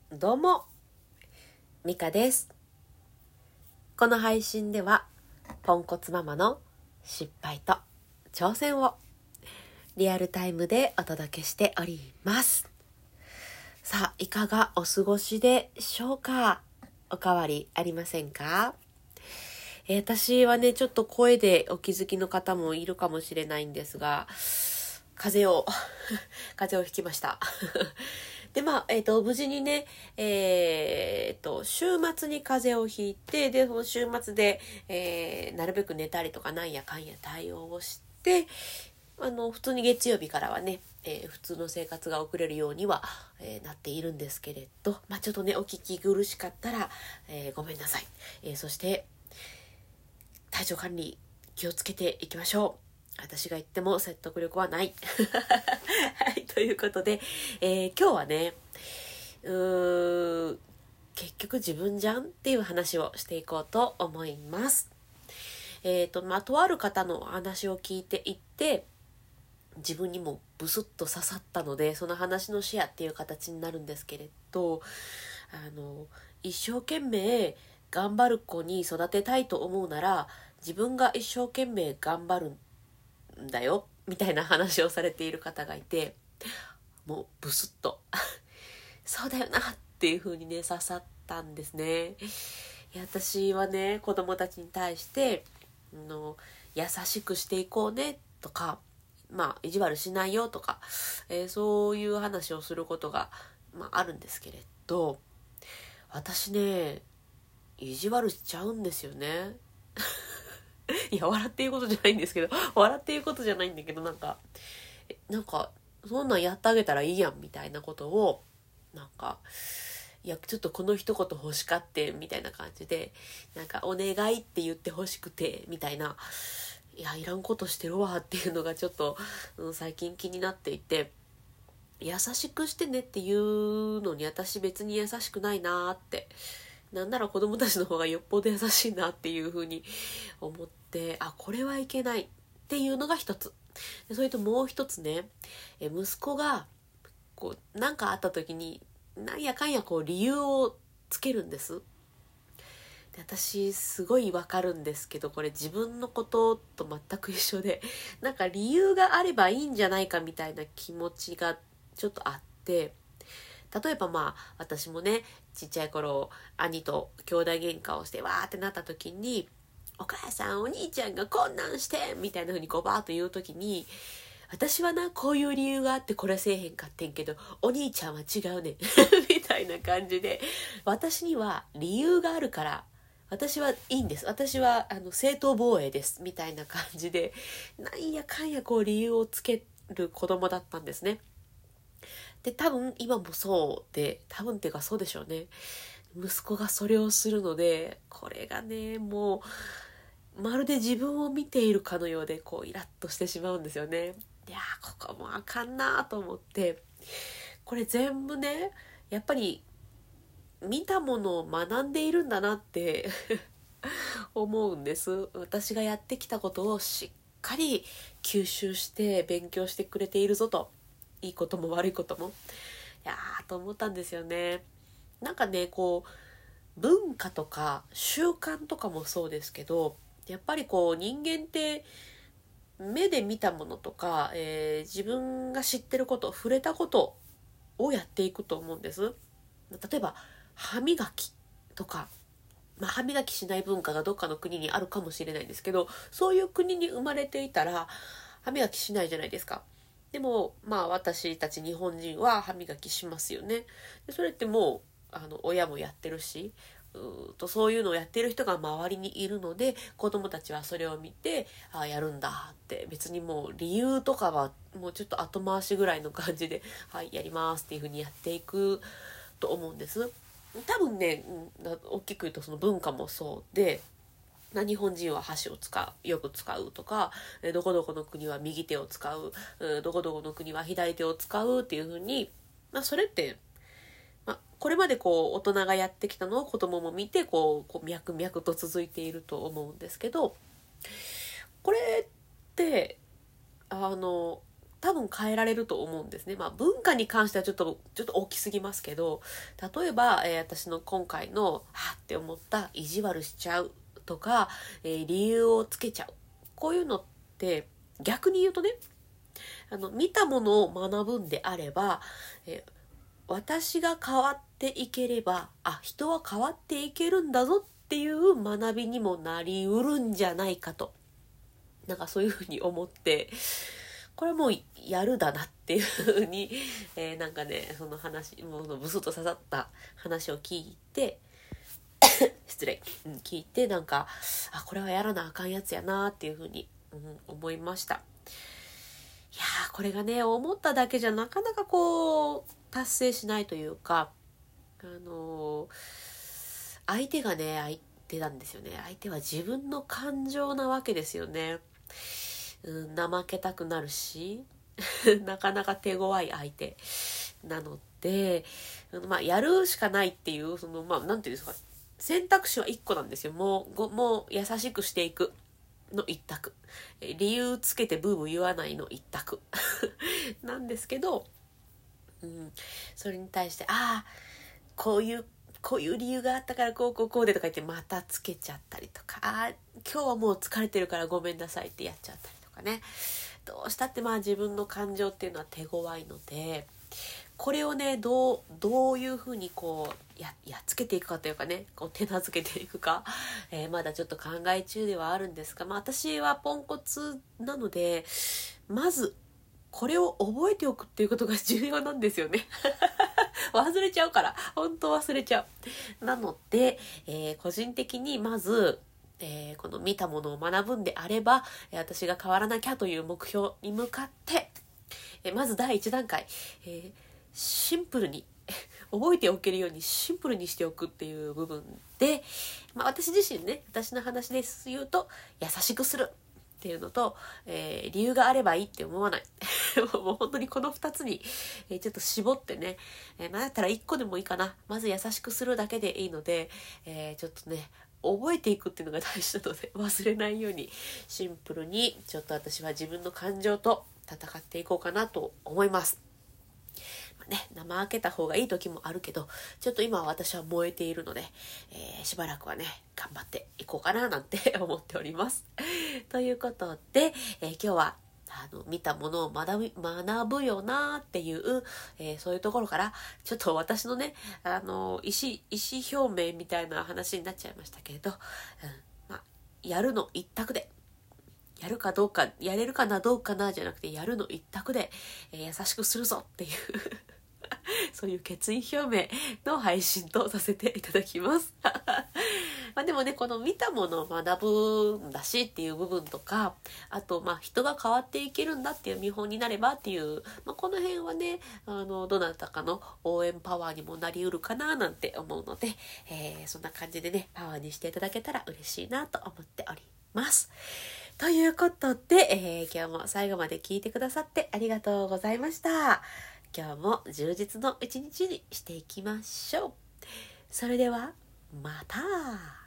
どうも、ミカです。この配信ではポンコツママの失敗と挑戦をリアルタイムでお届けしております。さあ、いかがお過ごしでしょうか？おかわりありませんか？私はね、ちょっと声でお気づきの方もいるかもしれないんですが、風邪をひきました。で、無事にね、週末に風邪をひいて、で、その週末で、なるべく寝たりとかなんやかんや対応をして、普通に月曜日からはね、普通の生活が送れるようには、なっているんですけれど、ちょっとね、お聞き苦しかったら、ごめんなさい。そして、体調管理気をつけていきましょう。私が言っても説得力はない。はい、ということで、今日はね、結局自分じゃんっていう話をしていこうと思います。とある方の話を聞いていて、自分にもブスッと刺さったので、その話のシェアっていう形になるんですけれど、一生懸命頑張る子に育てたいと思うなら、自分が一生懸命頑張るんだよみたいな話をされている方がいて、もうブスッとそうだよなっていう風にね刺さったんですね。私はね、子供たちに対して優しくしていこうねとか、意地悪しないよとか、そういう話をすることが、あるんですけれど、私ね、意地悪しちゃうんですよね。いや、笑っていうことじゃないんですけど、笑っていうことじゃないんだけど、なんかそんなんやってあげたらいいやんみたいなことを、いや、ちょっとこの一言欲しかってみたいな感じで、お願いって言って欲しくてみたいな、いや、いらんことしてるわっていうのがちょっと、最近気になっていて、優しくしてねっていうのに私別に優しくないなーって、なんなら子供たちの方がよっぽど優しいなっていう風に思って、これはいけないっていうのが一つ。それともう一つね、息子が何かあった時になんやかんや理由をつけるんです。で、私すごいわかるんですけど、これ自分のことと全く一緒で、理由があればいいんじゃないかみたいな気持ちがちょっとあって、例えば私もね、ちっちゃい頃兄と兄弟喧嘩をしてわーってなった時に、お母さんお兄ちゃんがこんなんしてみたいな風にバーッと言う時に、私はなこういう理由があってこれせえへんかってんけどお兄ちゃんは違うねんみたいな感じで、私には理由があるから私はいいんです、私は正当防衛ですみたいな感じで、なんやかんや理由をつける子供だったんですね。で、多分今もそうで、多分っていうかそうでしょうね。息子がそれをするので、これがね、もうまるで自分を見ているかのようでイラッとしてしまうんですよね。いやー、ここもあかんなと思って、これ全部ね、やっぱり見たものを学んでいるんだなって思うんです。私がやってきたことをしっかり吸収して勉強してくれているぞと、いいことも悪いことも、いやーと思ったんですよね。文化とか習慣とかもそうですけど、やっぱり人間って目で見たものとか、自分が知ってること、触れたことをやっていくと思うんです。例えば歯磨きとか、歯磨きしない文化がどっかの国にあるかもしれないんですけど、そういう国に生まれていたら歯磨きしないじゃないですか。でも私たち日本人は歯磨きしますよね。で、それってもう親もやってるし、そういうのをやってる人が周りにいるので、子供たちはそれを見てやるんだって、別にもう理由とかはもうちょっと後回しぐらいの感じではいやりますっていう風にやっていくと思うんです。多分ね、大きく言うとその文化もそうで、日本人は箸をよく使うとか、どこどこの国は右手を使う、どこどこの国は左手を使うっていう風に、それってこれまで大人がやってきたのを子供も見て脈々と続いていると思うんですけど、これって多分変えられると思うんですね。文化に関してはちょっと大きすぎますけど、例えば、私の今回のって思った意地悪しちゃうとか、理由をつけちゃう、こういうのって逆に言うとね、見たものを学ぶんであれば、私が変わっていければ、人は変わっていけるんだぞっていう学びにもなりうるんじゃないかと、そういうふうに思って、これはもうやるだなっていうふうに、その話、もうブスッと刺さった話を聞いて、聞いて、これはやらなあかんやつやなっていうふうに、思いました。いやー、これがね、思っただけじゃなかなか達成しないというか、相手がね、相手なんですよね。相手は自分の感情なわけですよね。怠けたくなるしなかなか手強い相手なので、やるしかないっていう、なんていうんですか、選択肢は1個なんですよ。もう優しくしていくの一択、理由つけてブーブー言わないの一択なんですけど、それに対してこういう理由があったからこうでとか言ってまたつけちゃったりとか、今日はもう疲れてるからごめんなさいってやっちゃったりとかね。どうしたって自分の感情っていうのは手強いので、これをねどういうふうにやっつけていくかというかね、手なずけていくか、まだちょっと考え中ではあるんですが、私はポンコツなので、まずこれを覚えておくっていうことが重要なんですよね忘れちゃうから、本当忘れちゃう。なので、個人的にまず、この見たものを学ぶんであれば、私が変わらなきゃという目標に向かって、まず第一段階、シンプルに覚えておけるようにシンプルにしておくっていう部分で、私自身ね、私の話です言うと、優しくするっていうのと、理由があればいいって思わないもう本当にこの2つに、ちょっと絞ってね、だったら1個でもいいかな。まず優しくするだけでいいので、ちょっとね覚えていくっていうのが大事なので、忘れないようにシンプルにちょっと私は自分の感情と戦っていこうかなと思います。怠けた方がいい時もあるけど、ちょっと今は私は燃えているので、しばらくはね頑張っていこうかななんて思っておりますということで、今日は見たものを学ぶよなっていう、そういうところからちょっと私のね意思表明みたいな話になっちゃいましたけれど、やるの一択で、やるかどうか、やれるかなどうかなじゃなくて、やるの一択で、優しくするぞっていうそういう決意表明の配信とさせていただきますでもね、この見たものを学ぶんだしっていう部分とか、あと人が変わっていけるんだっていう見本になればっていう、この辺はねどなたかの応援パワーにもなりうるかななんて思うので、そんな感じでねパワーにしていただけたら嬉しいなと思っておりますということで、今日も最後まで聞いてくださってありがとうございました。今日も充実の一日にしていきましょう。それではまた。